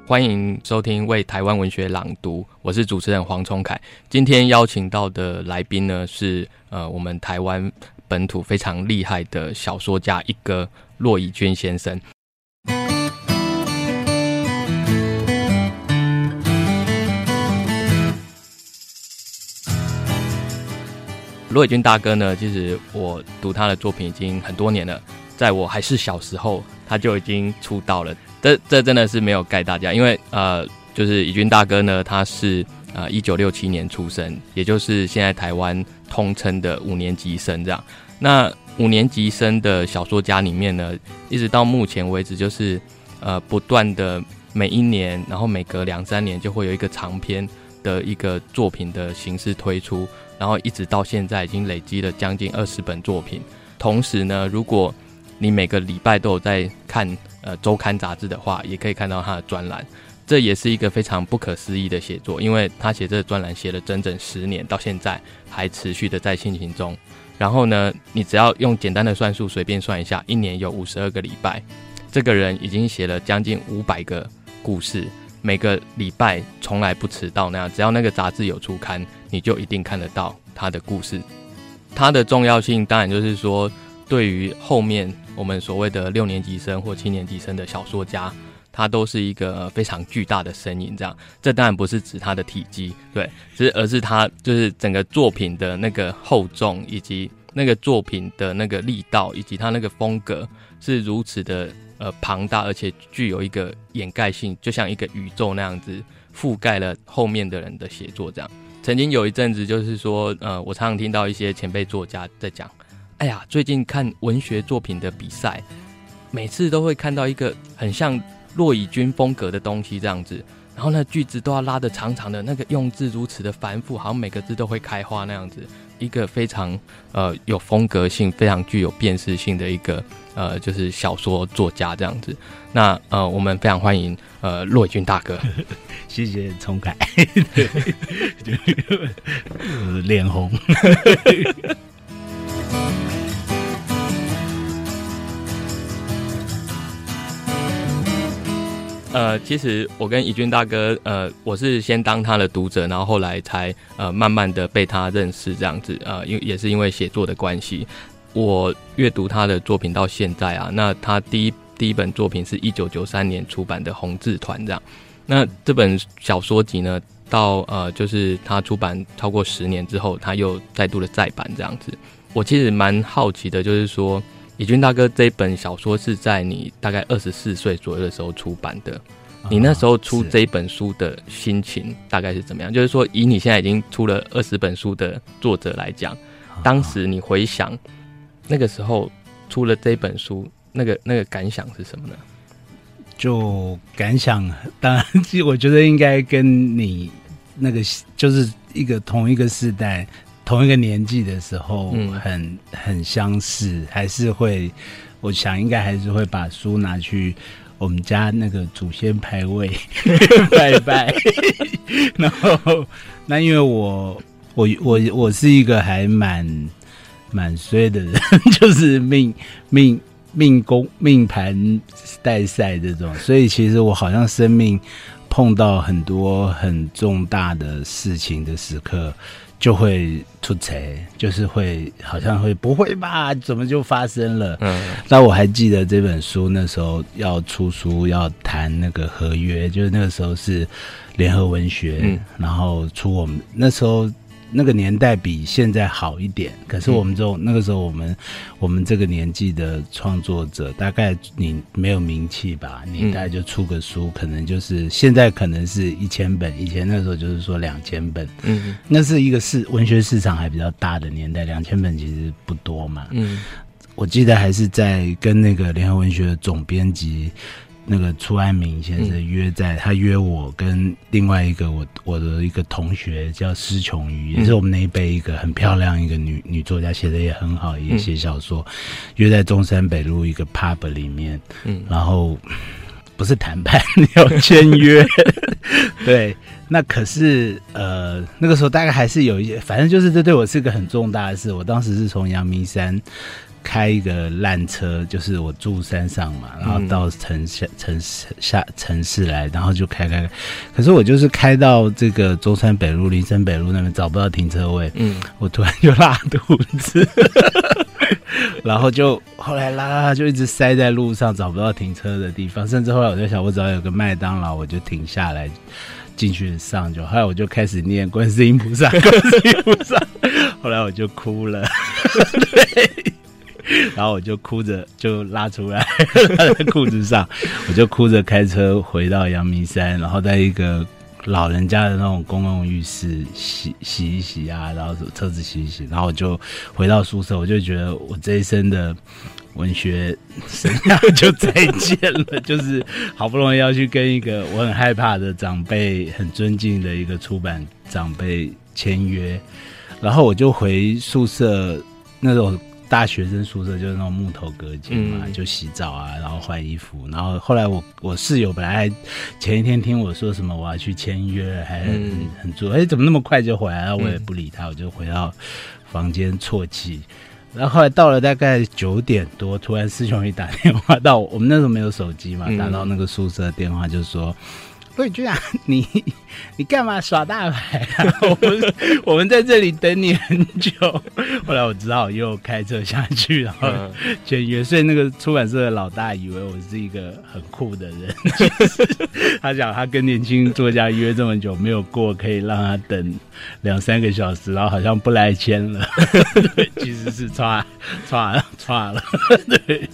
欢迎收听为台湾文学朗读，我是主持人黄崇凯。今天邀请到的来宾呢是我们台湾本土非常厉害的小说家一哥骆以军先生。骆以军大哥呢，其实我读他的作品已经很多年了，在我还是小时候他就已经出道了。这真的是没有盖大家，因为就是以军大哥呢，他是1967年出生，也就是现在台湾通称的5年级生这样。那5年级生的小说家里面呢，一直到目前为止，就是不断的每一年，然后每隔2-3年就会有一个长篇的一个作品的形式推出，然后一直到现在已经累积了将近20本作品。同时呢，如果你每个礼拜都有在看周刊杂志的话，也可以看到他的专栏。这也是一个非常不可思议的写作，因为他写这个专栏写了整整10年，到现在还持续的在进行中。然后呢，你只要用简单的算术随便算一下，一年有52个礼拜，这个人已经写了将近500个故事，每个礼拜从来不迟到那样，只要那个杂志有出刊，你就一定看得到他的故事。他的重要性当然就是说，对于后面我们所谓的6年级生或7年级生的小说家，他都是一个非常巨大的身影这样。这当然不是指他的体积，对，而是他就是整个作品的那个厚重，以及那个作品的那个力道，以及他那个风格是如此的庞大，而且具有一个掩盖性，就像一个宇宙那样子覆盖了后面的人的写作这样。曾经有一阵子就是说我常常听到一些前辈作家在讲，哎呀，最近看文学作品的比赛，每次都会看到一个很像骆以军风格的东西这样子，然后那句子都要拉得长长的，那个用字如此的繁复，好像每个字都会开花那样子，一个非常有风格性、非常具有辨识性的一个就是小说作家这样子。那我们非常欢迎骆以军大哥。 谢谢崇凯，脸红。 其实我跟以军大哥，我是先当他的读者，然后后来才慢慢的被他认识这样子，也是因为写作的关系，我阅读他的作品到现在啊，那他第一本作品是1993年出版的《红字团》这样，那这本小说集呢，到就是他出版超过10年之后，他又再度的再版这样子。我其实蛮好奇的，就是说，以军大哥这本小说是在你大概24岁左右的时候出版的，你那时候出这一本书的心情大概是怎么样？就是说，以你现在已经出了20本书的作者来讲，当时你回想那个时候出了这本书，那个感想是什么呢？ 就感想，当然，我觉得应该跟你那个就是同一个世代。同一个年纪的时候很相似，还是会，我想应该还是会把书拿去我们家那个祖先牌位拜拜。然后那因为我是一个还蛮衰的人，就是命盘带赛这种，所以其实我好像生命碰到很多很重大的事情的时刻，就会出错，就是会好像会不会吧？怎么就发生了？那我还记得这本书那时候要出书，要谈那个合约，就是那个时候是联合文学，然后出我们那时候那个年代比现在好一点，可是我们那个时候我们这个年纪的创作者，大概你没有名气吧，你大概就出个书，可能就是现在可能是1000本，以前那时候就是说2000本，那是一个文学市场还比较大的年代，2000本其实不多嘛，我记得还是在跟那个联合文学的总编辑那个楚安明先生他约我跟另外一个我的一个同学叫施琼瑜，也是我们那一辈一个很漂亮一个女作家，写的也很好，也写小说，约在中山北路一个 pub 里面，然后不是谈判，要签约。对，那可是那个时候大概还是有一些，反正就是这对我是个很重大的事。我当时是从阳明山开一个烂车，就是我住山上嘛，然后到城市来，然后就开，可是我就是开到这个中山北路、林森北路那边找不到停车位，我突然就拉肚子，然后就后来拉就一直塞在路上，找不到停车的地方，甚至后来我在想，我只要有个麦当劳，我就停下来进去上就，后来我就开始念观世音菩萨，后来我就哭了，对。然后我就哭着就拉出来拉在裤子上，我就哭着开车回到阳明山，然后在一个老人家的那种公共浴室洗一洗啊，然后车子洗一洗，然后我就回到宿舍，我就觉得我这一生的文学生涯就再见了，就是好不容易要去跟一个我很害怕的长辈、很尊敬的一个出版长辈签约，然后我就回宿舍那种。大学生宿舍就是那种木头隔间嘛，就洗澡啊，然后换衣服，然后后来我室友本来还前一天听我说什么我要去签约，还很做，怎么那么快就回来了？我也不理他，我就回到房间啜泣。然后后来到了大概9点多，突然师兄一打电话到我们那时候没有手机嘛，打到那个宿舍电话就说。陆宇君啊，你干嘛耍大牌啊？我们在这里等你很久。后来我只好又开车下去，然后签约。所以那个出版社的老大以为我是一个很酷的人，他想他跟年轻作家约这么久没有过，可以让他等2-3个小时，然后好像不来签了。对，其实是差了，对。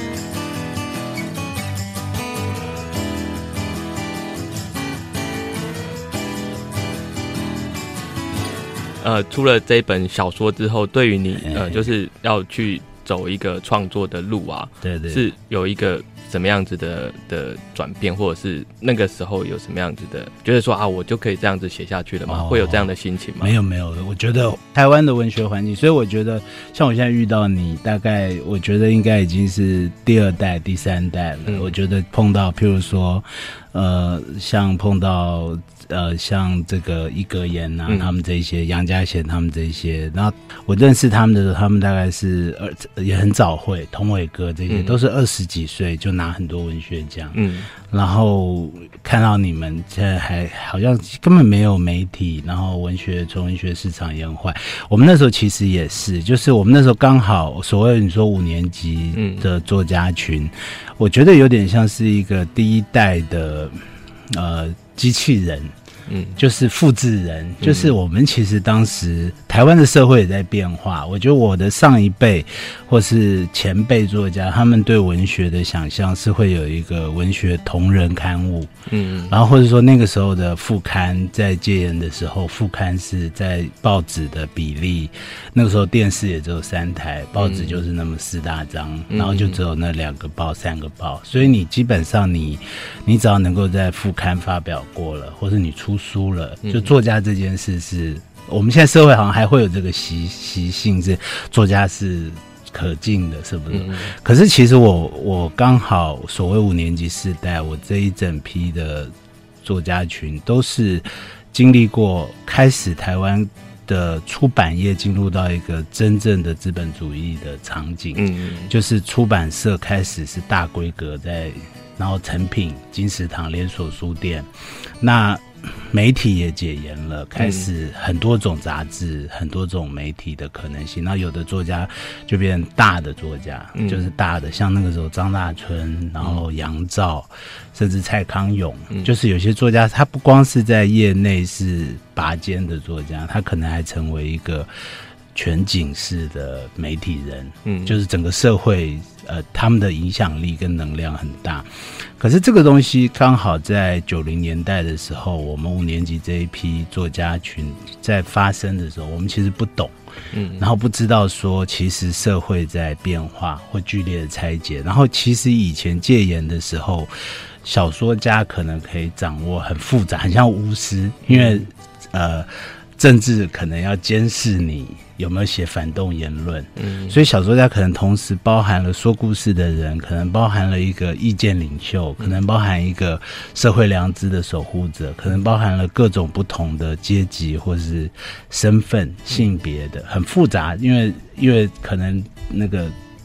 出了这本小说之后，对于你就是要去走一个创作的路啊，对，是有一个什么样子的转变，或者是那个时候有什么样子的觉得说啊，我就可以这样子写下去了吗？会有这样的心情吗？ 没有，我觉得台湾的文学环境，所以我觉得像我现在遇到你，大概我觉得应该已经是第2代、第3代了。我觉得碰到譬如说像碰到像这个一格言啊，他们这一些杨家贤他们这一些，然后我认识他们的时候，他们大概是也很早会，童伟哥这些都是20几岁就拿很多文学奖，然后看到你们现在还好像根本没有媒体，然后文学市场也很坏。我们那时候其实也是，就是我们那时候刚好所谓你说5年级的作家群，我觉得有点像是一个第1代的机器人，就是复制人，就是我们其实当时台湾的社会也在变化。我觉得我的上一辈或是前辈作家，他们对文学的想象是会有一个文学同人刊物，然后或者说那个时候的副刊，在戒严的时候，副刊是在报纸的比例，那个时候电视也只有3台，报纸就是那么4大张，然后就只有那2个报、3个报，所以你基本上你只要能够在副刊发表过了，或是你出书了，就作家这件事是我们现在社会好像还会有这个习性，是作家是可敬的，是不是？可是其实我刚好所谓5年级世代，我这一整批的作家群都是经历过开始台湾的出版业进入到一个真正的资本主义的场景，就是出版社开始是大规格在，然后成品、金石堂连锁书店，那媒体也解严了，开始很多种杂志、很多种媒体的可能性。然后有的作家就变成大的作家，就是大的，像那个时候张大春，然后杨照，甚至蔡康永，就是有些作家他不光是在业内是拔尖的作家，他可能还成为一个全景式的媒体人，就是整个社会他们的影响力跟能量很大。可是这个东西刚好在90年代的时候，我们5年级这一批作家群在发生的时候，我们其实不懂，然后不知道说其实社会在变化或剧烈的拆解，然后其实以前戒严的时候，小说家可能可以掌握很复杂，很像巫师，因为政治可能要监视你有没有写反动言论，所以小说家可能同时包含了说故事的人，可能包含了一个意见领袖，可能包含一个社会良知的守护者，可能包含了各种不同的阶级或是身份、性别的，很复杂，因为可能那个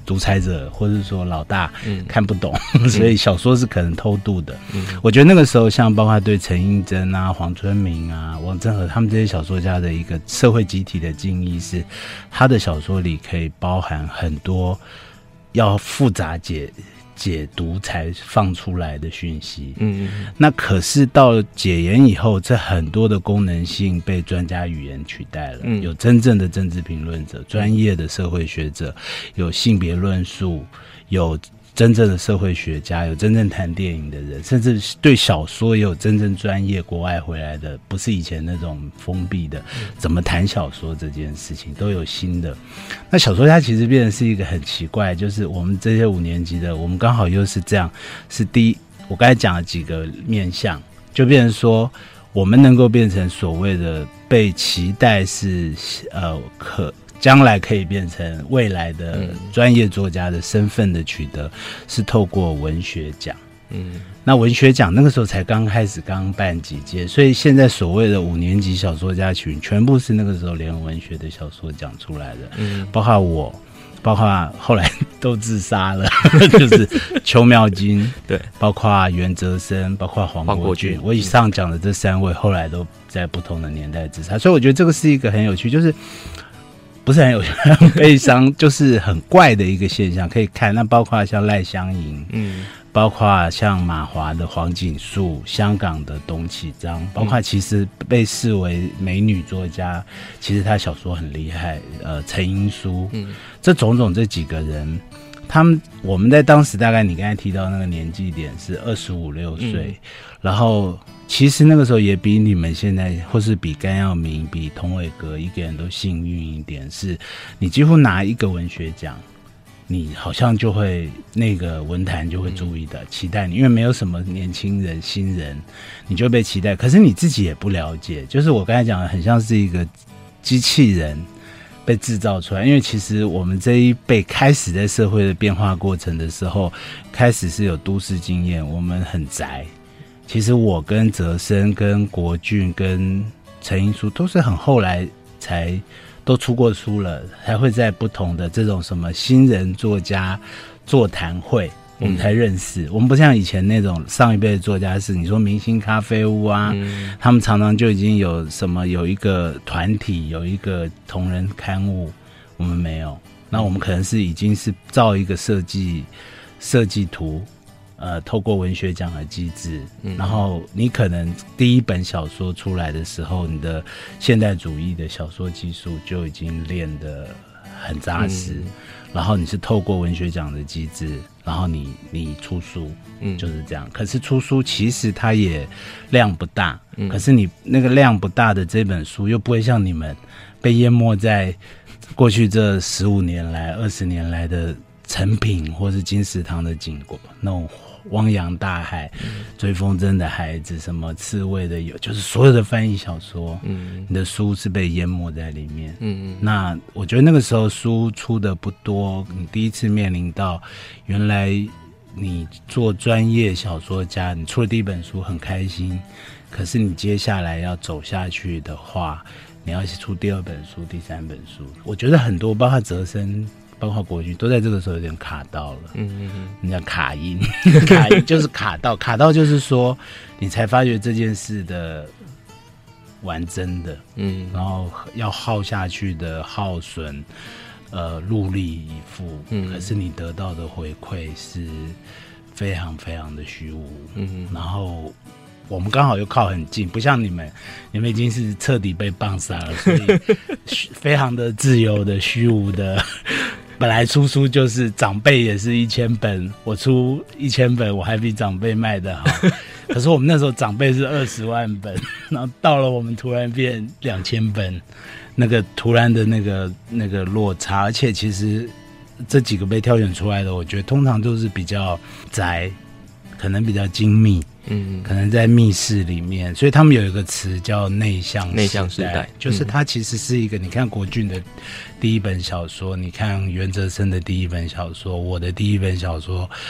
独裁者或者说老大看不懂，所以小说是可能偷渡的。我觉得那个时候像包括对陈映真啊、黄春明啊、王振和他们这些小说家的一个社会集体的敬意是，他的小说里可以包含很多要复杂解读才放出来的讯息。那可是到解严以后，这很多的功能性被专家语言取代了。有真正的政治评论者、专业的社会学者，有性别论述，有真正的社会学家，有真正谈电影的人，甚至对小说也有真正专业国外回来的，不是以前那种封闭的怎么谈小说这件事情都有新的。那小说家其实变成是一个很奇怪，就是我们这些5年级的，我们刚好又是这样，是第一我刚才讲了几个面向，就变成说我们能够变成所谓的被期待是将来可以变成未来的专业作家的身份的取得，是透过文学奖。那文学奖那个时候才刚开始，刚办几届，所以现在所谓的5年级小说家群，全部是那个时候联合文学的小说奖出来的。包括我，包括后来都自杀了，就是邱妙金，对，包括袁哲生，包括黄国俊。我以上讲的这3位，后来都在不同的年代自杀，所以我觉得这个是一个很有趣，就是不是很有趣，很悲伤，就是很怪的一个现象，可以看。那包括像赖香吟，包括像马华的黄锦树，香港的董启章，包括其实被视为美女作家，其实他小说很厉害，陈英书，这种种这几个人，我们在当时大概你刚才提到那个年纪点是25、6岁，然后其实那个时候也比你们现在，或是比甘耀明、比童伟格一个人都幸运一点，是你几乎拿一个文学奖，你好像就会那个文坛就会注意的，期待你，因为没有什么年轻人、新人，你就被期待。可是你自己也不了解，就是我刚才讲的，很像是一个机器人被制造出来。因为其实我们这一辈开始在社会的变化过程的时候，开始是有都市经验，我们很宅。其实我跟哲生、跟国俊、跟陈英书都是很后来才都出过书了，才会在不同的这种什么新人作家座谈会，我们才认识。我们不像以前那种上一辈的作家是，你说明星咖啡屋啊，他们常常就已经有什么有一个团体，有一个同人刊物，我们没有。那我们可能是已经是照一个设计图。透过文学奖的机制，然后你可能第一本小说出来的时候，你的现代主义的小说技术就已经练得很扎实，然后你是透过文学奖的机制，然后你出书，就是这样。可是出书其实它也量不大，可是你那个量不大的这本书又不会像你们被淹没在过去这15年来、20年来的成品或是金石堂的景观那种。汪洋大海，追风筝的孩子，什么刺猬的有，就是所有的翻译小说，你的书是被淹没在里面。那我觉得那个时候书出的不多，你第一次面临到，原来你做专业小说家，你出了第一本书很开心，可是你接下来要走下去的话，你要出第2本书、第3本书。我觉得很多，包括哲生。包括国剧都在这个时候有点卡到了，人家卡音就是卡到就是说，你才发觉这件事的玩真的，然后要耗下去的耗损，入力以赴，可是你得到的回馈是非常非常的虚无，然后。我们刚好又靠很近，不像你们已经是彻底被棒杀了，所以非常的自由的、虚无的。本来出书就是长辈也是1000本，我出1000本，我还比长辈卖得好。可是我们那时候长辈是20万本，然后到了我们突然变2000本，那个突然的那个落差，而且其实这几个被挑选出来的，我觉得通常都是比较宅，可能比较精密。可能在密室里面，所以他们有一个词叫内向时代，就是它其实是一个，你看国俊的第一本小说，你看袁哲生的第一本小说，我的第一本小说，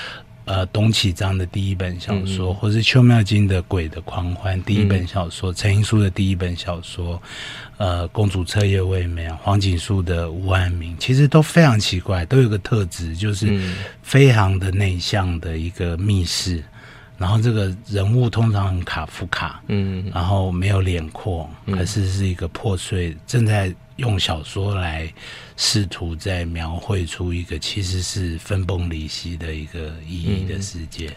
董启章的第一本小说，或是邱妙津的《鬼的狂欢》第一本小说，陈英书的第一本小说，公主彻夜未眠，黄锦书的《吴安民》，其实都非常奇怪，都有个特质，就是非常的内向的一个密室。然后这个人物通常很卡夫卡，然后没有脸廓，可是是一个破碎，正在用小说来试图在描绘出一个其实是分崩离析的一个意义的世界。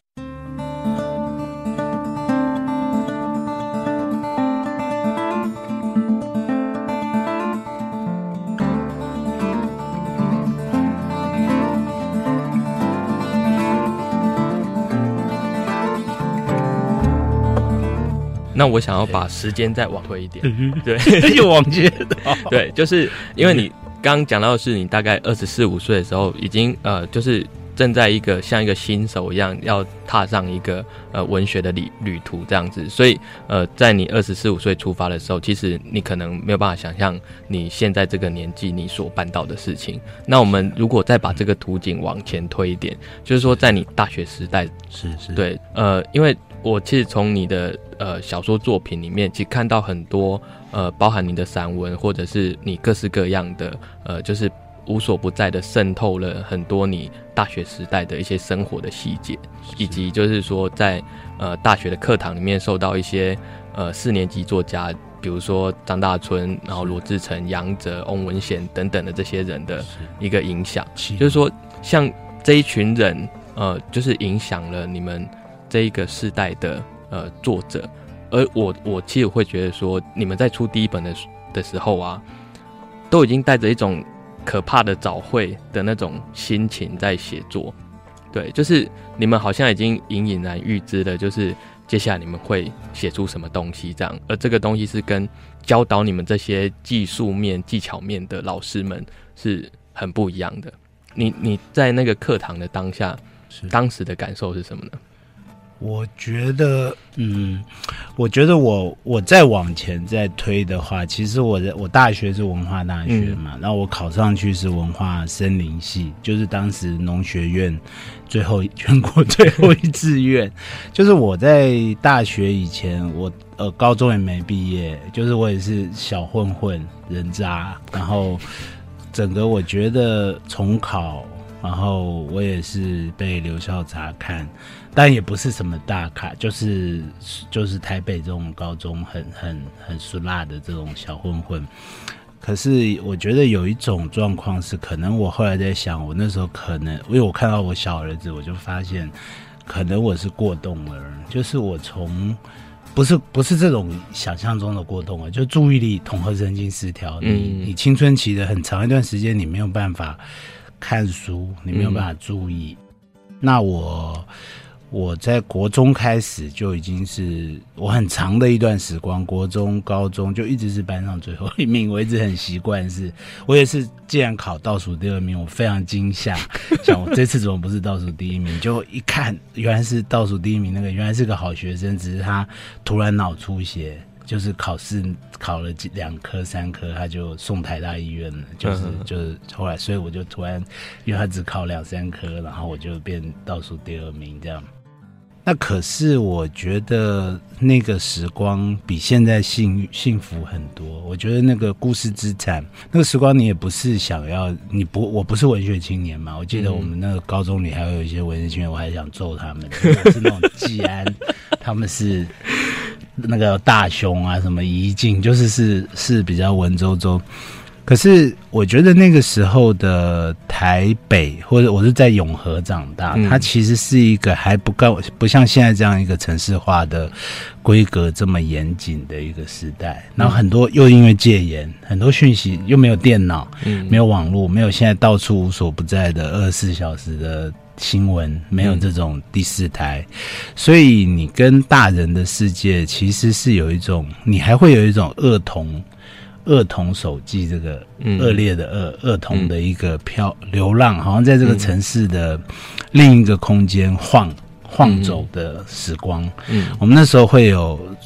那我想要把时间再往回一点，对， 又往前， 对，就是因为你刚刚讲到的是你大概24、25岁的时候，已经就是正在一个像一个新手一样要踏上一个文学的旅途这样子，所以在你24、25岁出发的时候，其实你可能没有办法想象你现在这个年纪你所办到的事情。那我们如果再把这个图景往前推一点，就是说在你大学时代， 是对，因为我其实从你的小说作品里面，其实看到很多包含你的散文，或者是你各式各样的就是无所不在的渗透了很多你大学时代的一些生活的细节，以及就是说在大学的课堂里面受到一些4年级作家，比如说张大春，然后罗志诚、杨哲、翁文贤等等的这些人的一个影响，就是说像这一群人就是影响了你们这一个世代的作者。而我其实会觉得说，你们在出第一本的时候啊，都已经带着一种可怕的早会的那种心情在写作。对，就是你们好像已经隐然预知了，就是接下来你们会写出什么东西这样，而这个东西是跟教导你们这些技术面技巧面的老师们是很不一样的。你在那个课堂的当下，当时的感受是什么呢？ 我觉得我再往前再推的话，其实我大学是文化大学嘛，然后我考上去是文化森林系，就是当时农学院全国最后一志愿。就是我在大学以前，我高中也没毕业，就是我也是小混混人渣，然后整个我觉得重考，然后我也是被留校察看，但也不是什么大咖，就是台北这种高中很俗辣的这种小混混。可是我觉得有一种状况是，可能我后来在想，我那时候可能因为我看到我小儿子，我就发现可能我是过动儿，就是我从不是这种想象中的过动儿，就注意力统合神经失调。你青春期的很长一段时间，你没有办法看书，你没有办法注意。那我在国中开始就已经是我很长的一段时光，国中高中就一直是班上最后一名，我一直很习惯是我也是既然考倒数第2名，我非常惊吓，想我这次怎么不是倒数第1名，就一看原来是倒数第1名，那个原来是个好学生，只是他突然脑出血，就是考试考了2科3科，他就送台大医院了，就是后来，所以我就突然，因为他只考2、3科，然后我就变倒数第2名这样。那可是我觉得那个时光比现在幸福很多。我觉得那个故事资产，那个时光你也不是想要，我不是文学青年嘛。我记得我们那个高中里还有一些文学青年，我还想揍他们，我是那种季安，他们是那个大雄啊，什么怡静，是比较文绉绉。可是我觉得那个时候的台北，或者我是在永和长大，它其实是一个还不像现在这样一个城市化的规格这么严谨的一个时代。然后很多又因为戒严，很多讯息又没有电脑，没有网络，没有现在到处无所不在的24小时的新闻，没有这种第4台，所以你跟大人的世界其实是有一种，你还会有一种恶童手记，这个恶劣的恶童的一个流浪，好像在这个城市的另一个空间晃走的时光。我们那时候会有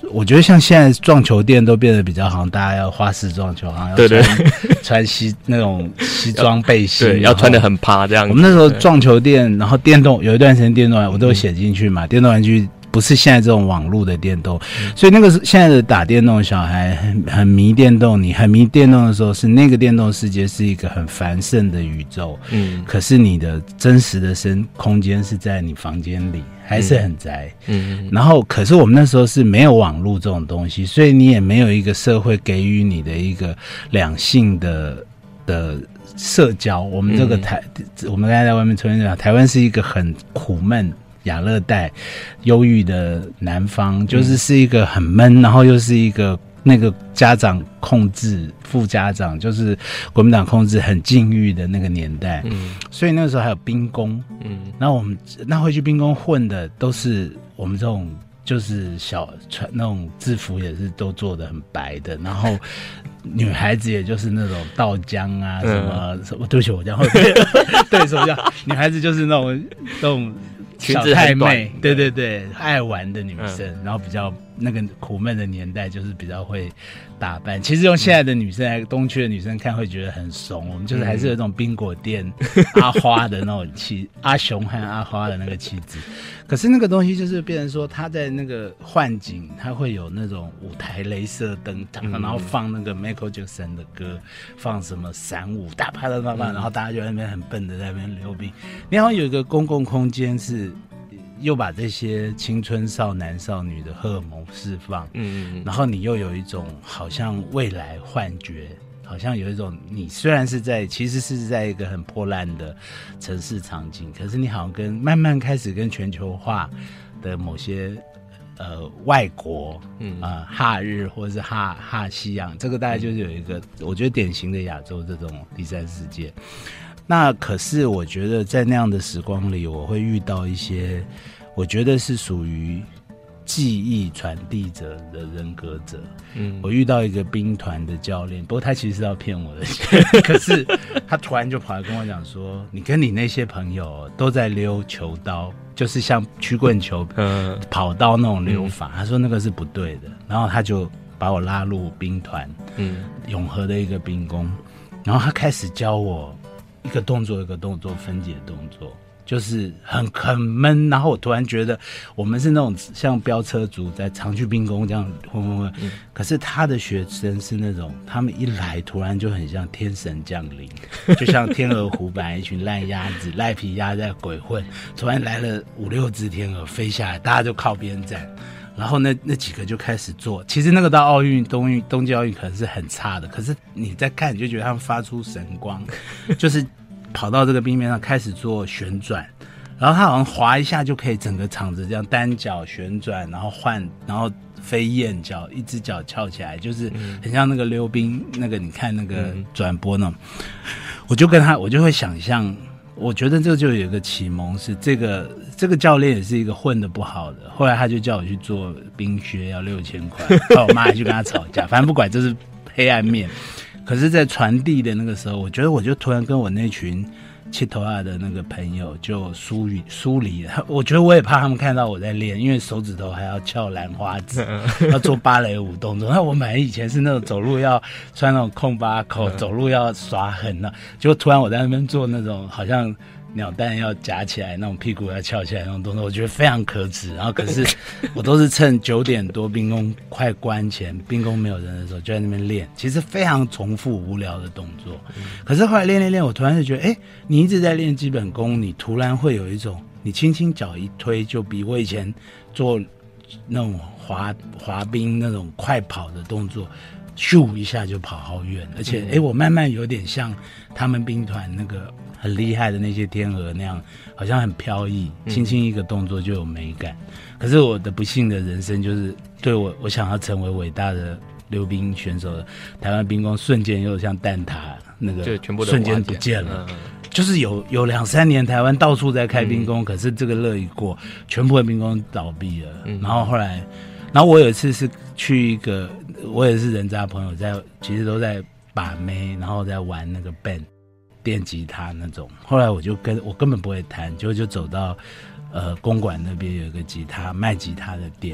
我觉得像现在撞球店都变得比较好像大家要花式撞球，好像要穿那种西装背心， 对，要穿得很趴这样子。 我们那时候撞球店，然后电动有一段时间电动玩我都有写进去嘛，电动玩具不是现在这种网络的电动，所以那个是现在的打电动小孩很迷电动，你很迷电动的时候，是那个电动世界是一个很繁盛的宇宙，可是你的真实的空间是在你房间里，还是很宅，然后可是我们那时候是没有网络这种东西，所以你也没有一个社会给予你的一个两性的社交。我们这个我们刚才在外面抽烟讲，台湾是一个很苦闷亚热带忧郁的南方，就是一个很闷，然后又是一个那个家长控制副家长，就是国民党控制很禁欲的那个年代，所以那个时候还有兵工，然后我们那会去兵工混的都是我们这种就是穿那种制服也是都做的很白的，然后女孩子也就是那种稻浆啊什么，对不起我这样会对什么叫女孩子就是那种小太妹，对对对，爱玩的女生，然后比较那个苦闷的年代，就是比较会打扮。其实用现在的女生，东区的女生看会觉得很怂，我们就是还是有一种冰果店阿花的那种阿雄和阿花的那个气质。可是那个东西就是变成说，他在那个幻景，他会有那种舞台雷射灯，然后放那个 Michael Jackson 的歌，放什么散舞，大啪啪啪啪，然后大家就在那边很笨的在那边溜冰。然后有一个公共空间是又把这些青春少男少女的荷尔蒙释放，然后你又有一种好像未来幻觉，好像有一种你虽然是其实是在一个很破烂的城市场景，可是你好像慢慢开始跟全球化的某些外国哈日或者是哈西洋，这个大概就是有一个我觉得典型的亚洲这种第三世界。那可是我觉得在那样的时光里，我会遇到一些我觉得是属于记忆传递者的人格者。我遇到一个兵团的教练，不过他其实是要骗我的可是他突然就跑来跟我讲说，你跟你那些朋友都在溜球刀，就是像曲棍球跑道那种溜法，他说那个是不对的，然后他就把我拉入兵团，永和的一个兵工，然后他开始教我一个动作一个动作分解动作，就是很闷。然后我突然觉得我们是那种像飙车族在常去兵工这样混，可是他的学生是那种他们一来突然就很像天神降临，就像天鹅湖本来一群烂鸭子赖皮鸭在鬼混，突然来了5-6只天鹅飞下来，大家就靠边站，然后那几个就开始做。其实那个到奥运冬季奥运可能是很差的，可是你在看你就觉得他们发出神光，就是跑到这个冰面上开始做旋转，然后他好像滑一下就可以整个场子这样单脚旋转，然后然后飞燕脚，一只脚翘起来，就是很像那个溜冰那个你看那个转播那种。我就会想象，我觉得这就有一个启蒙，是这个教练也是一个混得不好的，后来他就叫我去做冰靴，要6000块，然后我妈还去跟他吵架，反正不管，这是黑暗面。可是在传递的那个时候，我觉得我就突然跟我那群七头啊的那个朋友就疏离了。我觉得我也怕他们看到我在练，因为手指头还要翘兰花指，要做芭蕾舞动作。那我们以前是那种走路要穿那种空巴口，走路要耍狠的，结果突然我在那边做那种好像鸟蛋要夹起来那种屁股要翘起来那种动作，我觉得非常可耻。然后可是我都是趁9点多兵工快关前，兵工没有人的时候就在那边练，其实非常重复无聊的动作。可是后来练，我突然就觉得，你一直在练基本功，你突然会有一种，你轻轻脚一推，就比我以前做那种滑冰那种快跑的动作，咻一下就跑好远。而且我慢慢有点像他们兵团那个很厉害的那些天鹅那样，好像很飘逸，轻轻一个动作就有美感。可是我的不幸的人生就是，对我想要成为伟大的溜冰选手的台湾兵工，瞬间又像蛋挞那个瞬间不见了。就是有2-3年台湾到处在开兵工，可是这个乐一过，全部的兵工倒闭了。然后我有一次是去一个，我也是人渣朋友其实都在把妹，然后在玩那个 band。电吉他那种，后来我根本不会弹，就走到公馆那边有一个卖吉他的店，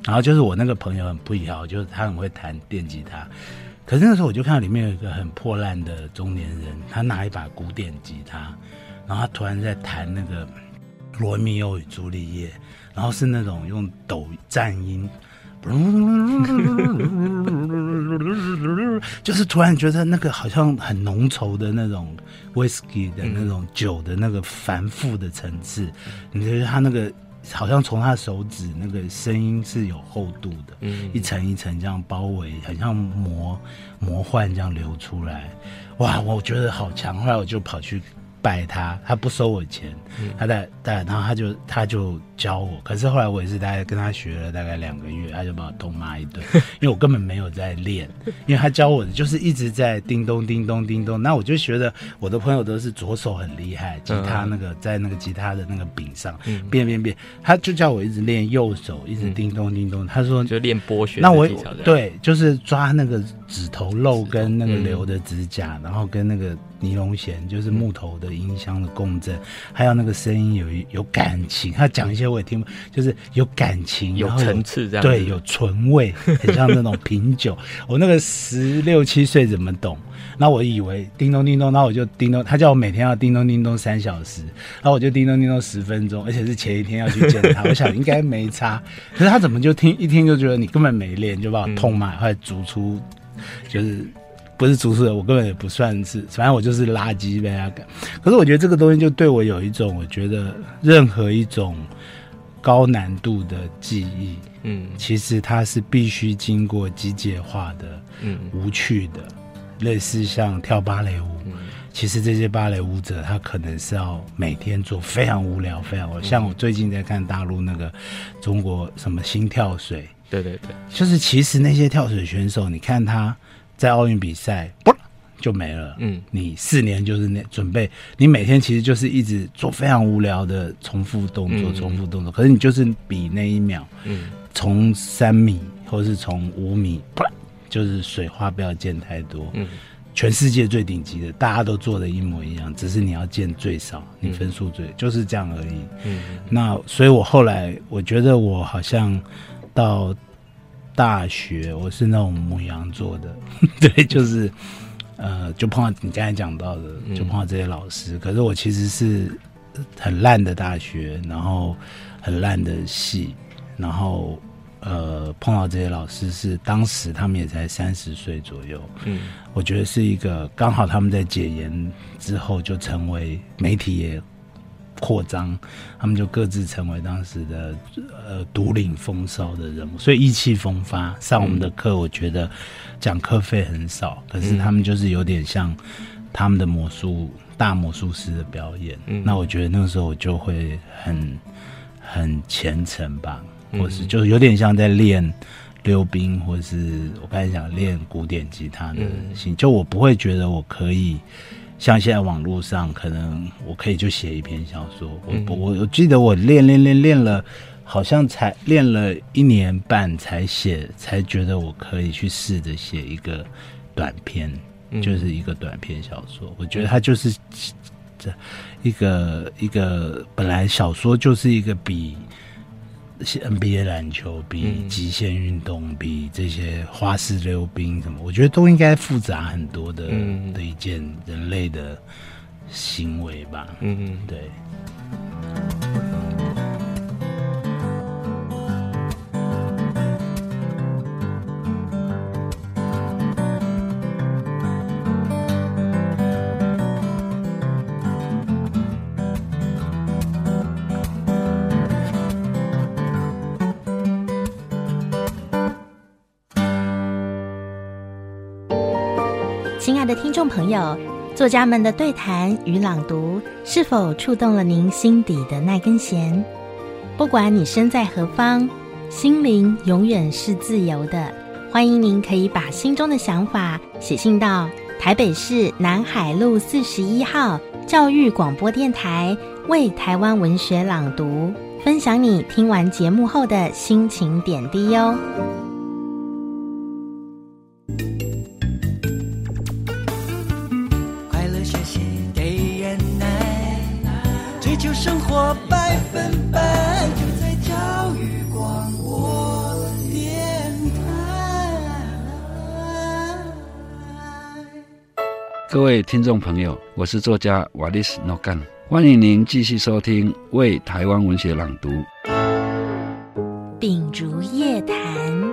然后就是我那个朋友很不好，就是他很会弹电吉他，可是那时候我就看到里面有一个很破烂的中年人，他拿一把古典吉他，然后他突然在弹那个罗密欧与朱丽叶，然后是那种用颤音，就是突然觉得那个好像很浓稠的那种 whisky 的那种酒的那个繁复的层次，你觉得他那个好像从他手指那个声音是有厚度的，一层一层这样包围，很像魔幻这样流出来，哇，我觉得好强。后来我就跑去拜他，他不收我钱，然后他就教我，可是后来我也是大概跟他学了大概2个月，他就把我痛骂一顿，因为我根本没有在练，因为他教我的就是一直在叮咚叮咚叮咚，那我就觉得我的朋友都是左手很厉害，吉他那个在那个吉他的那个柄上变，他就叫我一直练右手，一直叮咚叮咚，他说就练拨弦， 那我对，就是抓那个指头漏跟那个留的指甲，然后跟那个尼龙弦，就是木头的音箱的共振，还有那个声音有感情，他讲一些我也听不，就是有感情， 有层次这样， 对，有醇味，很像那种品酒。我那个16、17岁怎么懂？那我以为叮咚叮咚，然后我就叮咚，他叫我每天要叮咚叮咚3小时，然后我就叮咚叮咚10分钟，而且是前一天要去见他，我想应该没差，可是他怎么就一听就觉得你根本没练，就把我痛骂，后来逐出就是。不是主持人，我根本也不算是，反正我就是垃圾呗。可是我觉得这个东西就对我有一种，我觉得任何一种高难度的技艺，其实它是必须经过机械化的，无趣的，类似像跳芭蕾舞。其实这些芭蕾舞者，他可能是要每天做非常无聊，像我最近在看大陆那个中国什么心跳水， 对， 就是其实那些跳水选手，你看他。在奥运比赛，不就没了。你4年就是准备，你每天其实就是一直做非常无聊的重复动作，可是你就是比那一秒，从3米或是从5米，就是水花不要溅太多。全世界最顶级的，大家都做的一模一样，只是你要溅最少，你分数就是这样而已。那所以我后来我觉得我好像到。大学我是那种牡羊座的，对，就是就碰到你刚才讲到的，就碰到这些老师。可是我其实是很烂的大学，然后很烂的系，然后碰到这些老师是当时他们也才30岁左右。我觉得是一个刚好他们在解严之后就成为媒体也扩张，他们就各自成为当时的独领风骚的人物，所以意气风发。上我们的课，我觉得讲课费很少，可是他们就是有点像他们的大魔术师的表演。那我觉得那个时候我就会很虔诚吧，或是就有点像在练溜冰，或是我刚才讲练古典吉他的心，就我不会觉得我可以。像现在网络上，可能我可以就写一篇小说。我记得我练了，好像才练了1年半才觉得我可以去试着写一个短篇，就是一个短篇小说。我觉得它就是一个本来小说就是一个比NBA 篮球、比极限运动、比这些花式溜冰什么，我觉得都应该复杂很多的一件人类的行为吧。对。 亲爱的听众朋友，作家们的对谈与朗读是否触动了您心底的那根弦？不管你身在何方，心灵永远是自由的。欢迎您可以把心中的想法写信到台北市南海路41号教育广播电台，为台湾文学朗读，分享你听完节目后的心情点滴哟。 生活100%就在教育广播各位听众朋友，我是作家瓦利斯诺干，欢迎您继续收听《为台湾文学朗读》。 秉烛夜谈，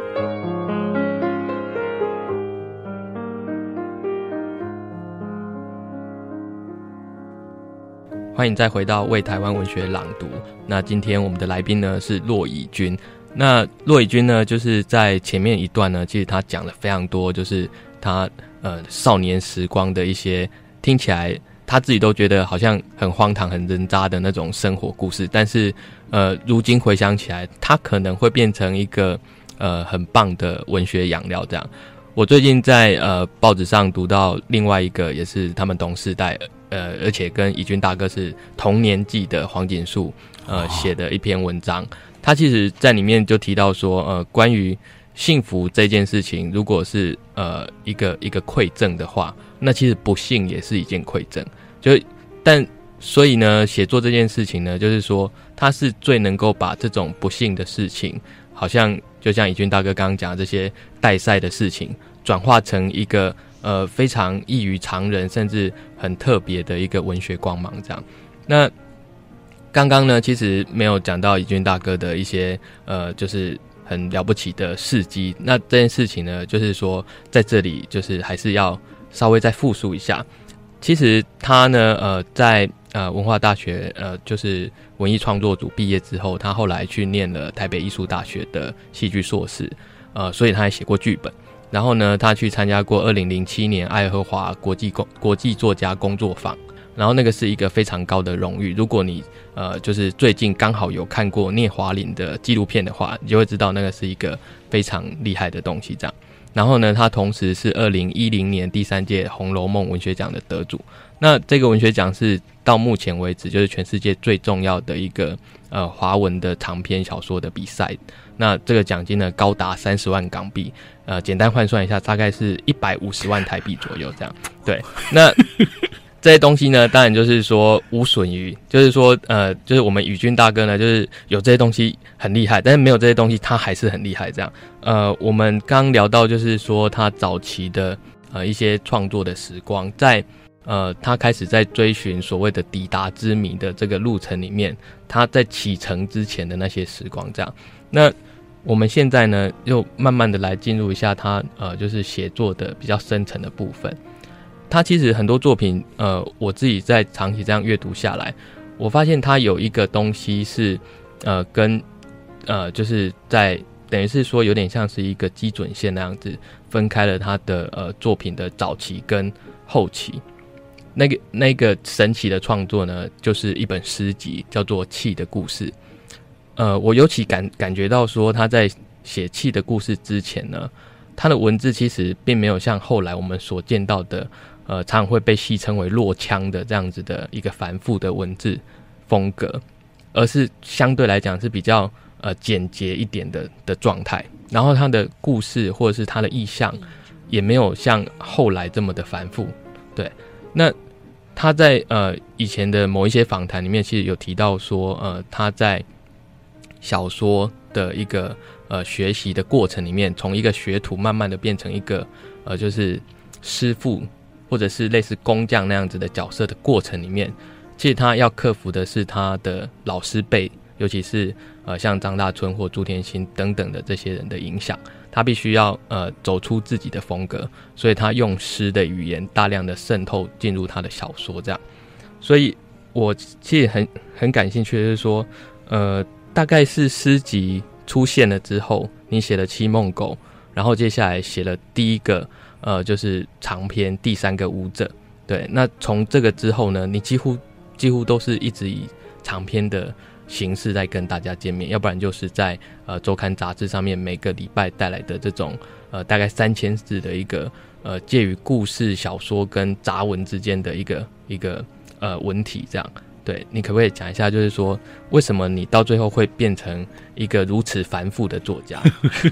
欢迎再回到为台湾文学朗读。那今天我们的来宾呢是骆以军。那骆以军呢，就是在前面一段呢，其实他讲了非常多，就是他少年时光的一些听起来他自己都觉得好像很荒唐、很人渣的那种生活故事，但是如今回想起来，他可能会变成一个很棒的文学养料这样。我最近在报纸上读到另外一个也是他们同世代而且跟以军大哥是同年纪的黄锦树写的一篇文章，他其实在里面就提到说关于幸福这件事情，如果是一个馈赠的话，那其实不幸也是一件馈赠。但所以呢，写作这件事情呢，就是说他是最能够把这种不幸的事情，好像就像以军大哥刚刚讲的这些代赛的事情，转化成一个非常异于常人，甚至很特别的一个文学光芒这样。那刚刚呢，其实没有讲到以军大哥的一些就是很了不起的事迹。那这件事情呢，就是说在这里就是还是要稍微再复述一下。其实他呢在文化大学就是文艺创作组毕业之后，他后来去念了台北艺术大学的戏剧硕士，所以他还写过剧本。然后呢，他去参加过2007年爱荷华国际作家工作坊，然后那个是一个非常高的荣誉。如果你就是最近刚好有看过聂华苓的纪录片的话，你就会知道那个是一个非常厉害的东西这样。然后呢，他同时是2010年第3届红楼梦文学奖的得主。那这个文学奖是到目前为止就是全世界最重要的一个华文的长篇小说的比赛。那这个奖金呢高达30万港币，简单换算一下，大概是150万台币左右这样。对，那这些东西呢，当然就是说无损于，就是说就是我们以军大哥呢，就是有这些东西很厉害，但是没有这些东西他还是很厉害这样。我们刚聊到就是说他早期的一些创作的时光，在他开始在追寻所谓的抵达之谜的这个路程里面，他在启程之前的那些时光这样。那我们现在呢又慢慢的来进入一下他就是写作的比较深层的部分。他其实很多作品我自己在长期这样阅读下来，我发现他有一个东西是跟就是在等于是说有点像是一个基准线那样子分开了他的作品的早期跟后期。那个神奇的创作呢，就是一本诗集，叫做《气的故事》。我尤其感觉到说他在写气的故事之前呢，他的文字其实并没有像后来我们所见到的常常会被戏称为落腔的这样子的一个繁复的文字风格，而是相对来讲是比较简洁一点的状态。然后他的故事或者是他的意象也没有像后来这么的繁复。对，那他在以前的某一些访谈里面其实有提到说他在小说的一个学习的过程里面，从一个学徒慢慢的变成一个就是师傅或者是类似工匠那样子的角色的过程里面，其实他要克服的是他的老师辈，尤其是像张大春或朱天心等等的这些人的影响，他必须要走出自己的风格，所以他用诗的语言大量的渗透进入他的小说这样。所以我其实很感兴趣的是说大概是诗集出现了之后，你写了《七梦狗》，然后接下来写了第一个就是长篇第3个舞者。对，那从这个之后呢，你几乎都是一直以长篇的形式在跟大家见面，要不然就是在周刊杂志上面每个礼拜带来的这种大概3000字的一个介于故事小说跟杂文之间的一个文体这样。对，你可不可以讲一下，就是说为什么你到最后会变成一个如此繁复的作家？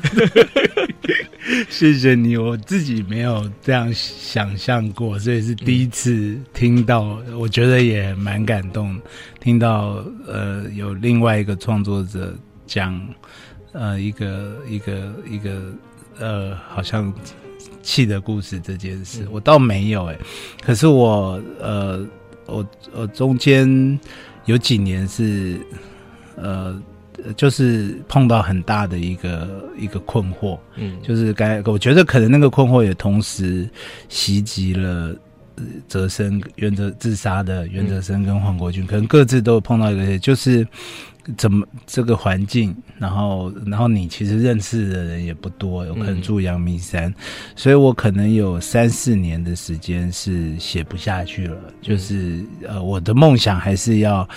谢谢你，我自己没有这样想象过，所以是第一次听到，我觉得也蛮感动。听到有另外一个创作者讲一个好像气的故事这件事，我倒没有可是我中间有几年是就是碰到很大的一个困惑，就是我觉得可能那个困惑也同时袭击了哲生自杀的袁哲生跟黄国军，可能各自都碰到一个，就是怎么这个环境，然后你其实认识的人也不多，有可能住阳明山，所以我可能有3-4年的时间是写不下去了，就是我的梦想还是要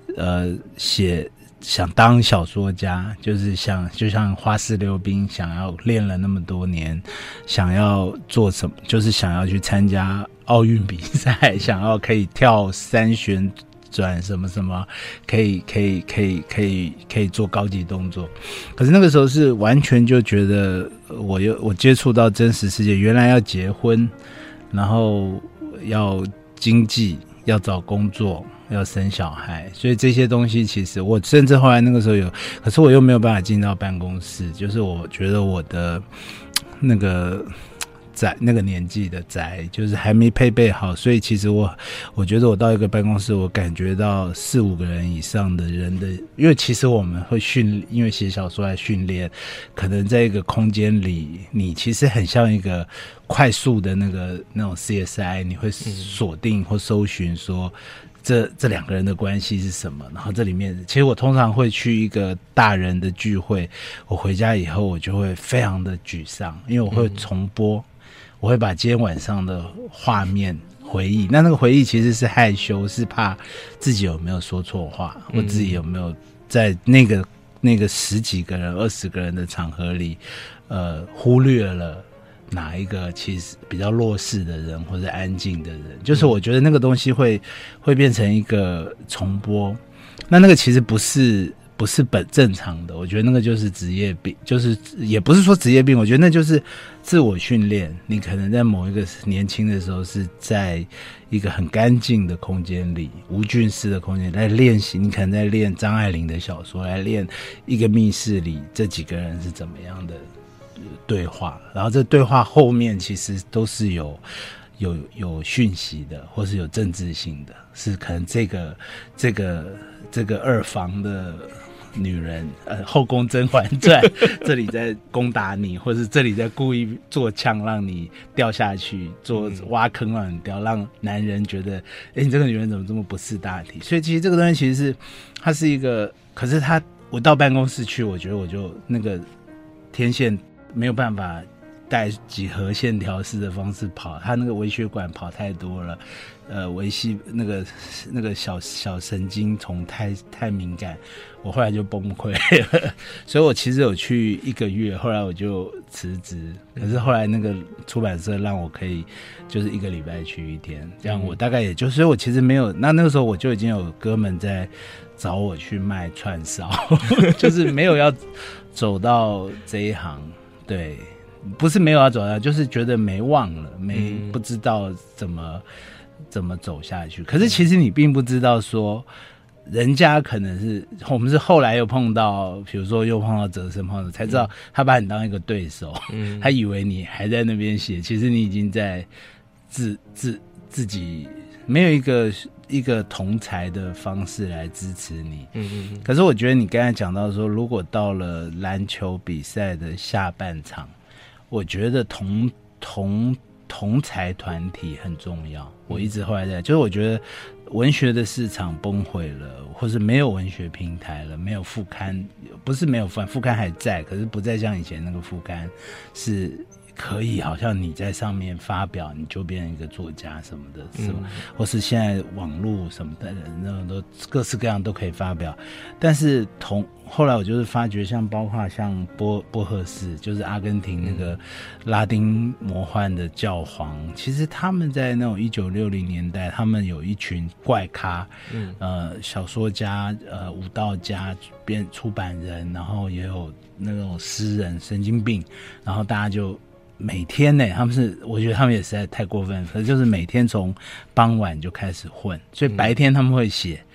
想当小说家，就是就像花式溜冰，想要练了那么多年，想要做什么，就是想要去参加奥运比赛，想要可以跳3旋转什么什么，可以做高级动作。可是那个时候是完全就觉得我接触到真实世界，原来要结婚，然后要经济，要找工作，要生小孩，所以这些东西其实我甚至后来那个时候有，可是我又没有办法进到办公室，就是我觉得我的那个年纪的宅就是还没配备好，所以其实我觉得我到一个办公室，我感觉到4-5个人以上的人的，因为其实我们会因为写小说来训练，可能在一个空间里，你其实很像一个快速的那种 CSI， 你会锁定或搜寻说这2个人的关系是什么，然后这里面其实我通常会去一个大人的聚会，我回家以后我就会非常的沮丧，因为我会重播，我会把今天晚上的画面回忆，那个回忆其实是害羞，是怕自己有没有说错话，或自己有没有在那个10几个人20个人的场合里忽略了哪一个其实比较弱势的人或者安静的人，就是我觉得那个东西会变成一个重播，那个其实不是正常的，我觉得那个就是职业病，就是也不是说职业病，我觉得那就是自我训练。你可能在某一个年轻的时候是在一个很干净的空间里，无菌室的空间来练习，你可能在练张爱玲的小说，来练一个密室里这几个人是怎么样的对话，然后这对话后面其实都是有讯息的，或是有政治性的，是可能这个二房的女人后宫甄嬛传这里在攻打你，或是这里在故意做枪让你掉下去，挖坑让你掉，让男人觉得你这个女人怎么这么不识大体。所以其实这个东西其实它是一个，可是我到办公室去，我觉得我就那个天线没有办法带几何线条式的方式跑，它那个微血管跑太多了，维系那个小神经丛太敏感，我后来就崩溃了。所以我其实有去1个月，后来我就辞职。可是后来那个出版社让我可以就是1个礼拜去1天，这样我大概也就，所以我其实没有，那个时候我就已经有哥们在找我去卖串烧，就是没有要走到这一行，对。不是没有要走到，就是觉得没望了，不知道怎么走下去。可是其实你并不知道说，人家可能是我们是后来又碰到，比如说又碰到哲生，才知道他把你当一个对手，他以为你还在那边写，其实你已经在自己没有一个同才的方式来支持你。可是我觉得你刚才讲到说，如果到了篮球比赛的下半场，我觉得同才团体很重要。我一直后来就是我觉得文学的市场崩毁了，或是没有文学平台了，没有副刊，不是没有副刊还在，可是不再像以前那个副刊是可以好像你在上面发表你就变成一个作家什么的，是吧？或是现在网络什么的那种都各式各样都可以发表。但是后来我就是发觉，包括像波赫士，就是阿根廷那个拉丁魔幻的教皇，其实他们在那种1960年代，他们有一群怪咖，小说家，舞蹈家，出版人，然后也有那种诗人，神经病，然后大家就每天呢，我觉得他们也实在太过分，可是就是每天从傍晚就开始混，所以白天他们会写，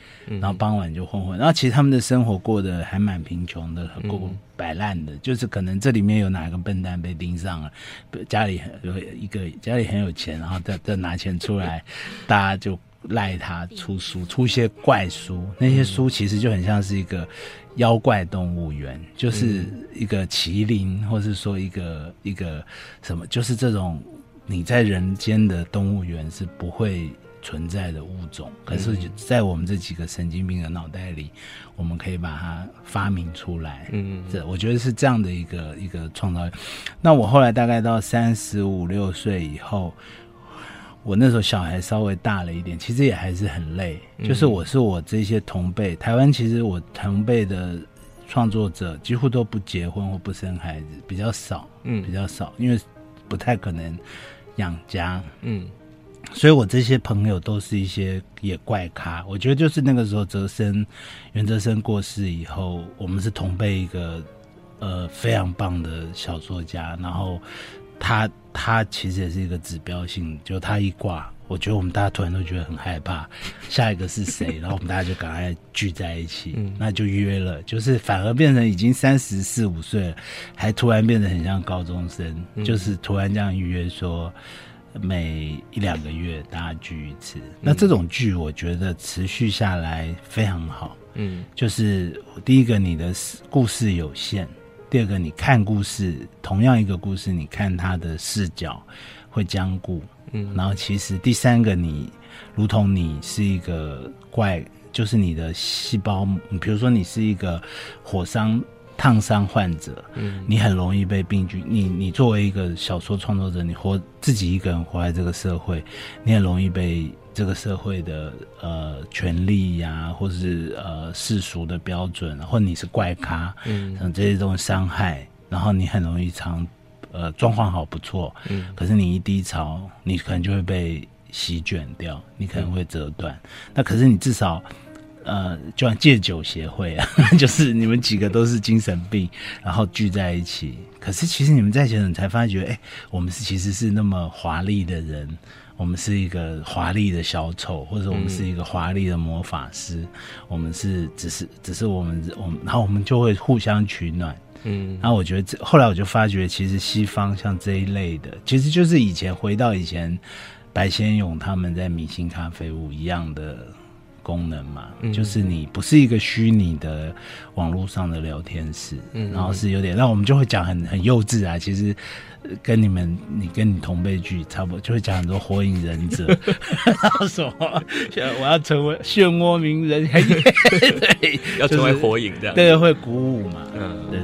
然后傍晚就混，然后其实他们的生活过得还蛮贫穷的，很过摆烂的，就是可能这里面有哪个笨蛋被盯上了，家里很有钱，然后再拿钱出来，大家就赖他出一些怪书，那些书其实就很像是一个妖怪动物园，就是一个麒麟，或是说一个什么，就是这种你在人间的动物园是不会存在的物种，可是在我们这几个神经病的脑袋里，我们可以把它发明出来。我觉得是这样的一个创造力。那我后来大概到35、6岁以后，我那时候小孩稍微大了一点，其实也还是很累。就是我这些同辈，台湾其实我同辈的创作者几乎都不结婚或不生孩子，比较少，因为不太可能养家。所以我这些朋友都是一些也怪咖。我觉得就是那个时候袁哲生过世以后，我们是同辈一个非常棒的小说家，然后他其实也是一个指标性，就他一挂，我觉得我们大家突然都觉得很害怕，下一个是谁？然后我们大家就赶快聚在一起，那就约了，就是反而变成已经34、5岁了，还突然变得很像高中生，就是突然这样约说每1-2个月大家聚一次。那这种聚我觉得持续下来非常好。就是第一个你的故事有限，第二个你看故事，同样一个故事你看它的视角会僵固，然后其实第三个你如同你是一个就是你的细胞，比如说你是一个烫伤患者，你很容易被病菌，你作为一个小说创作者，你自己一个人活在这个社会，你很容易被这个社会的权利呀，或是世俗的标准，或你是怪咖，这种伤害，然后你很容易状况好不错，可是你一低潮，你可能就会被席卷掉，你可能会折断。那可是你至少就像戒酒协会啊，就是你们几个都是精神病，然后聚在一起。可是其实你们在一起，你才发觉，我们其实是那么华丽的人，我们是一个华丽的小丑，或者我们是一个华丽的魔法师，我们是只是我们，然后我们就会互相取暖。然后我觉得后来我就发觉，其实西方像这一类的，其实就是回到以前白先勇他们在米心咖啡屋一样的功能嘛，就是你不是一个虚拟的网络上的聊天室，然后是有点，那我们就会讲很幼稚啊，其实跟你跟你同辈剧差不多，就会讲很多火影忍者，然后什么我要成为漩涡鸣人，对， 要成为火影这样， 对，会鼓舞嘛，对。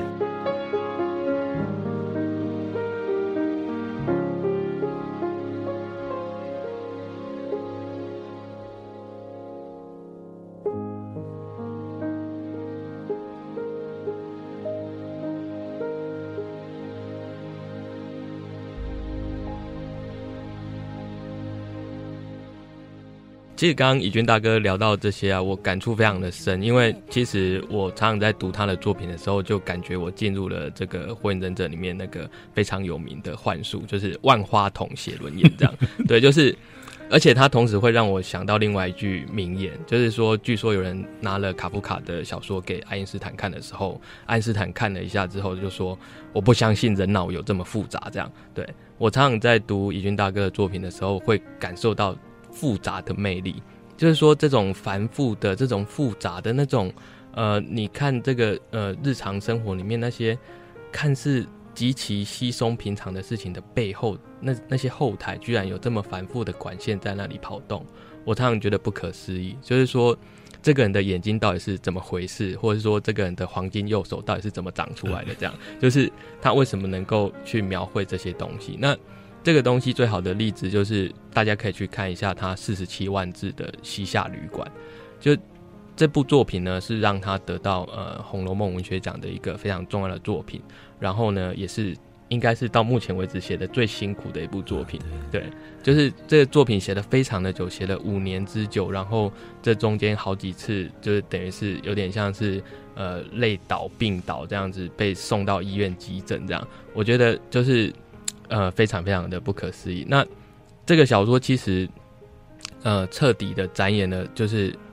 其实刚刚以军大哥聊到这些啊，我感触非常的深，因为其实我常常在读他的作品的时候，就感觉我进入了这个《火影忍者》里面那个非常有名的幻术，就是万花筒写轮眼这样。对，就是而且他同时会让我想到另外一句名言，就是说据说有人拿了卡夫卡的小说给爱因斯坦看的时候，爱因斯坦看了一下之后就说我不相信人脑有这么复杂这样。对，我常常在读以军大哥的作品的时候会感受到复杂的魅力，就是说这种繁复的这种复杂的那种你看这个日常生活里面那些看似极其稀松平常的事情的背后，那些后台居然有这么繁复的管线在那里跑动，我常常觉得不可思议。就是说这个人的眼睛到底是怎么回事，或者说这个人的黄金右手到底是怎么长出来的，这样就是他为什么能够去描绘这些东西。那这个东西最好的例子就是大家可以去看一下他47万字的《西夏旅馆》，就这部作品呢是让他得到红楼梦文学奖的一个非常重要的作品，然后呢也是应该是到目前为止写的最辛苦的一部作品。对，就是这个作品写的非常的久，写了5年之久，然后这中间好几次就是等于是有点像是累倒病倒这样子被送到医院急诊这样，我觉得就是非常非常的不可思议。那这个小说其实彻底的展演了就是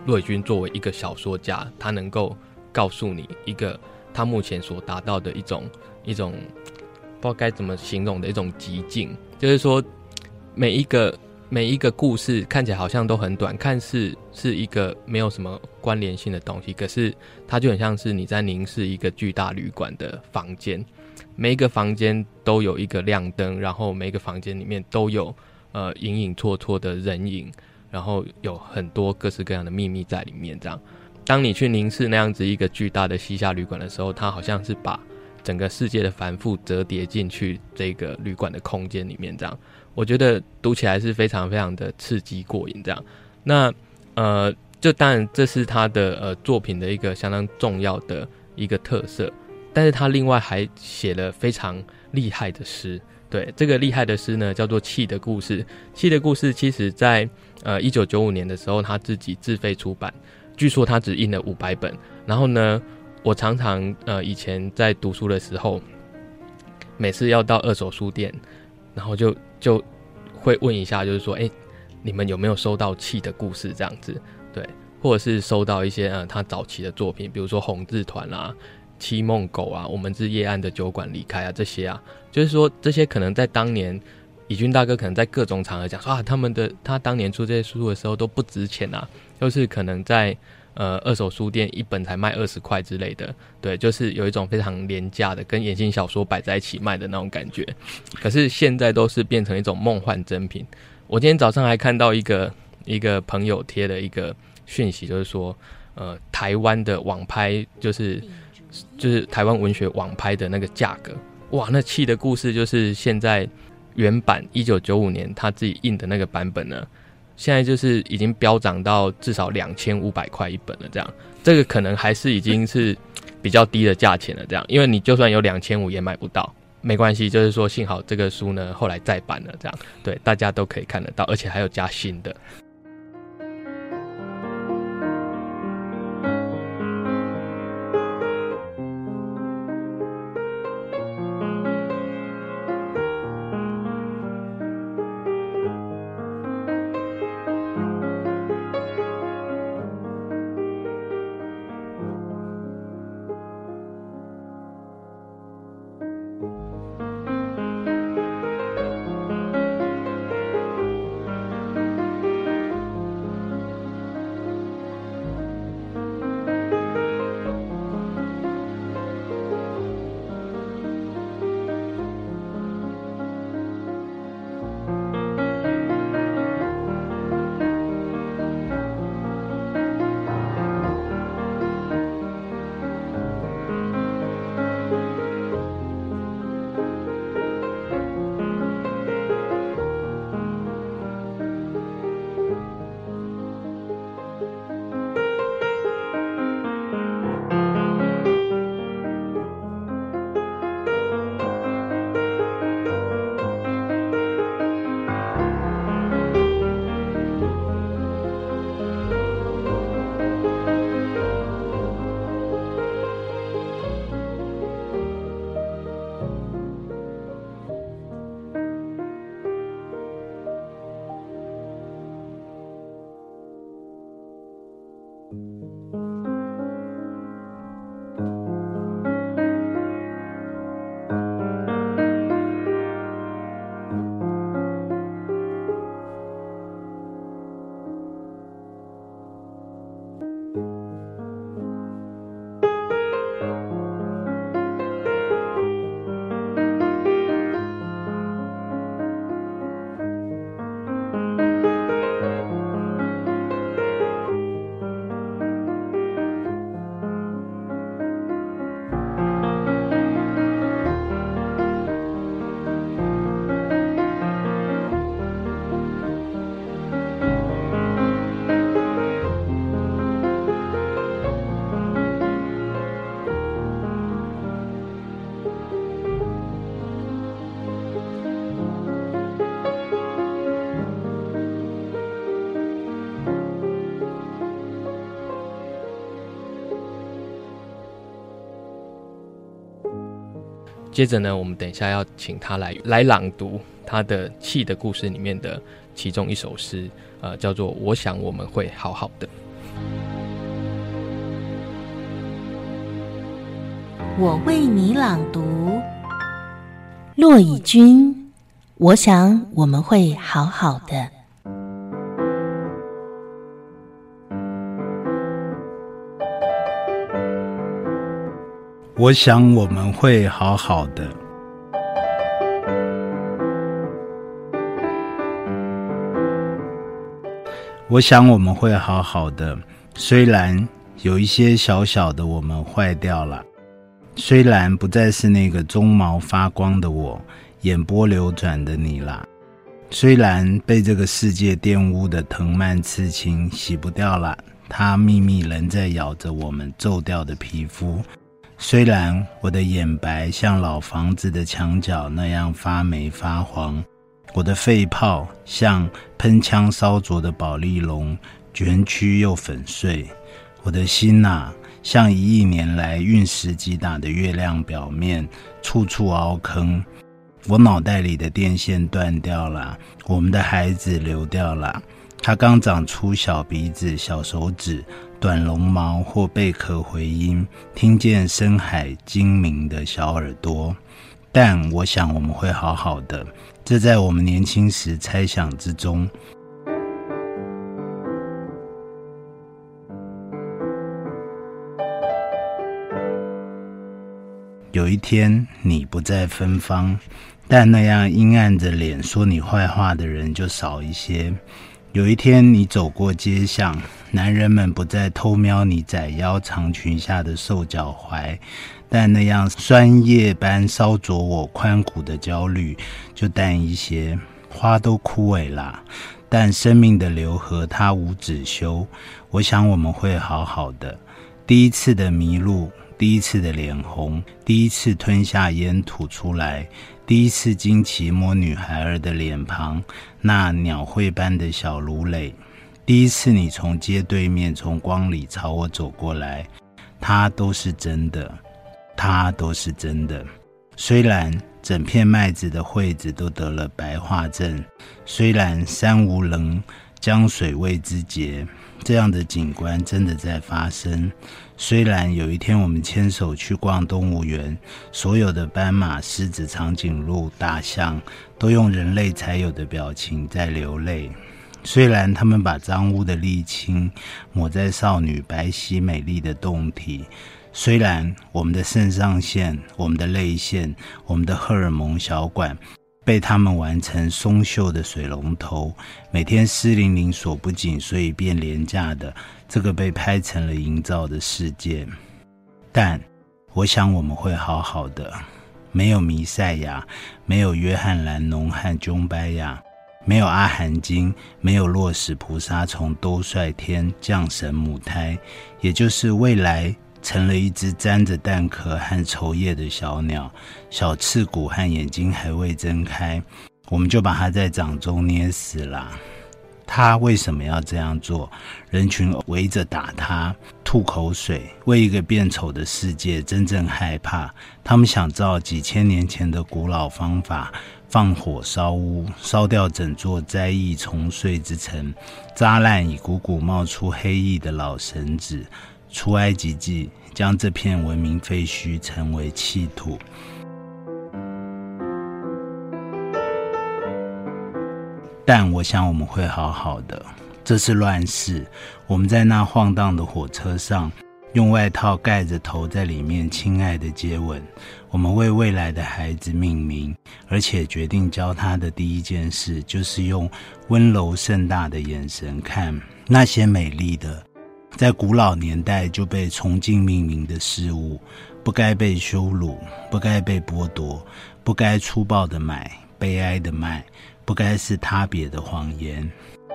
骆以军作为一个小说家，他能够告诉你一个他目前所达到的一种不知道该怎么形容的一种极境，就是说每一个故事看起来好像都很短，看似是一个没有什么关联性的东西，可是它就很像是你在凝视一个巨大旅馆的房间，每一个房间都有一个亮灯，然后每一个房间里面都有隐隐绰绰的人影，然后有很多各式各样的秘密在里面。这样，当你去凝视那样子一个巨大的西夏旅馆的时候，它好像是把整个世界的繁复折叠进去这个旅馆的空间里面。这样，我觉得读起来是非常非常的刺激过瘾。这样，那就当然这是他的作品的一个相当重要的一个特色，但是他另外还写了非常厉害的诗。对，这个厉害的诗呢，叫做《气的故事》。《气的故事》其实在1995年的时候，他自己自费出版，据说他只印了500本。然后呢，我常常以前在读书的时候，每次要到二手书店，然后就会问一下，就是说，你们有没有收到《气的故事》这样子？对，或者是收到一些他早期的作品，比如说红字团啊、七梦狗啊、我们自夜暗的酒馆离开啊，这些啊，就是说这些可能在当年以军大哥可能在各种场合讲说啊，他当年出这些书的时候都不值钱啊，就是可能在二手书店一本才卖20块之类的，对，就是有一种非常廉价的跟言情小说摆在一起卖的那种感觉。可是现在都是变成一种梦幻珍品。我今天早上还看到一个朋友贴的一个讯息，就是说台湾的网拍就是台湾文学网拍的那个价格，哇，那气的故事就是现在原版1995年他自己印的那个版本呢，现在就是已经飙涨到至少2500块一本了。这样，这个可能还是已经是比较低的价钱了。这样，因为你就算有2500也买不到，没关系，就是说幸好这个书呢后来再版了，这样，对，大家都可以看得到，而且还有加新的。接着呢，我们等一下要请他来朗读他的《气的故事》里面的其中一首诗，叫做《我想我们会好好的》。 我为你朗读。骆以军，我想我们会好好的。 我想我们会好好的。我想我们会好好的，虽然有一些小小的我们坏掉了，虽然不再是那个鬃毛发光的我，眼波流转的你啦，虽然被这个世界玷污的藤蔓刺青洗不掉了，它秘密仍在咬着我们皱掉的皮肤，虽然我的眼白像老房子的墙角那样发霉发黄，我的肺泡像喷枪烧灼的保丽龙，卷曲又粉碎，我的心啊，像1亿年来陨石击打的月亮表面，处处凹坑。我脑袋里的电线断掉了，我们的孩子流掉了，他刚长出小鼻子、小手指、短绒毛或贝壳回音，听见深海精明的小耳朵。但我想我们会好好的，这在我们年轻时猜想之中。有一天你不再芬芳，但那样阴暗着脸说你坏话的人就少一些。有一天你走过街巷，男人们不再偷瞄你窄腰长裙下的瘦脚踝，但那样酸液般烧灼我宽骨的焦虑就淡一些。花都枯萎了，但生命的流河它无止休。我想我们会好好的。第一次的迷路，第一次的脸红，第一次吞下烟吐出来，第一次惊奇摸女孩儿的脸庞，那鸟喙般的小芦苇，第一次你从街对面从光里朝我走过来，它都是真的，它都是真的。虽然整片麦子的穗子都得了白化症，虽然山无棱，江水未之竭，这样的景观真的在发生。虽然有一天我们牵手去逛动物园，所有的斑马、狮子、长颈鹿、大象都用人类才有的表情在流泪。虽然他们把脏污的沥青抹在少女白皙美丽的胴体，虽然我们的肾上腺、我们的泪腺、我们的荷尔蒙小管被他们玩成松秀的水龙头，每天湿淋淋锁不紧，所以变廉价的这个被拍成了营造的世界。但我想我们会好好的，没有弥赛亚，没有约翰兰农和钟拜亚，没有阿含经，没有洛史菩萨从兜率天降神母胎，也就是未来成了一只沾着蛋壳和稠液的小鸟，小翅骨和眼睛还未睁开，我们就把它在掌中捏死了。他为什么要这样做？人群围着打他，吐口水，为一个变丑的世界真正害怕。他们想照几千年前的古老方法，放火烧屋，烧掉整座灾疫重睡之城，扎烂一股股冒出黑翳的老绳子，出埃及记，将这片文明废墟成为弃土。但我想我们会好好的，这是乱世。我们在那晃荡的火车上，用外套盖着头，在里面亲爱的接吻。我们为未来的孩子命名，而且决定教他的第一件事，就是用温柔盛大的眼神看那些美丽的在古老年代就被崇敬命名的事物，不该被羞辱，不该被剥夺，不该粗暴的买，悲哀的卖，不该是他别的谎言。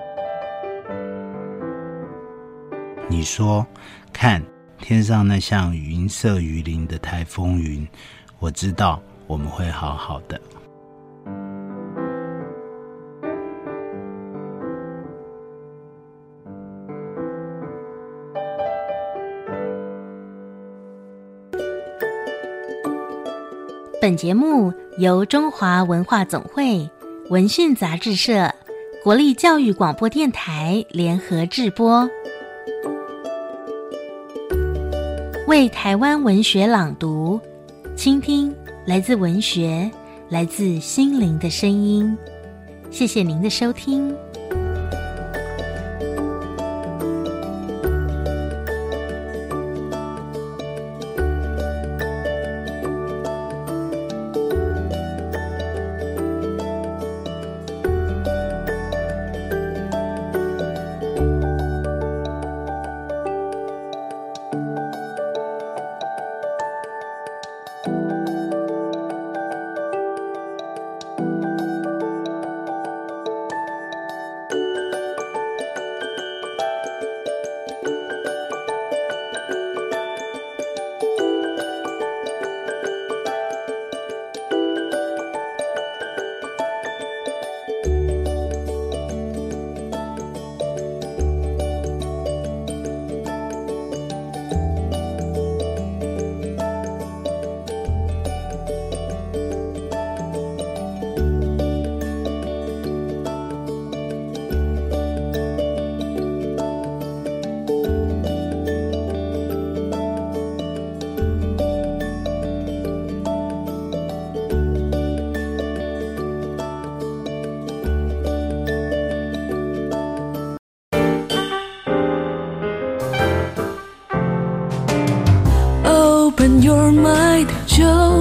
你说，看天上那像云色鱼鳞的台风云，我知道我们会好好的。 本节目由中华文化总会、文讯杂志社、国立教育广播电台联合制播，为台湾文学朗读倾听来自文学，来自心灵的声音。谢谢您的收听。 Open your mind，就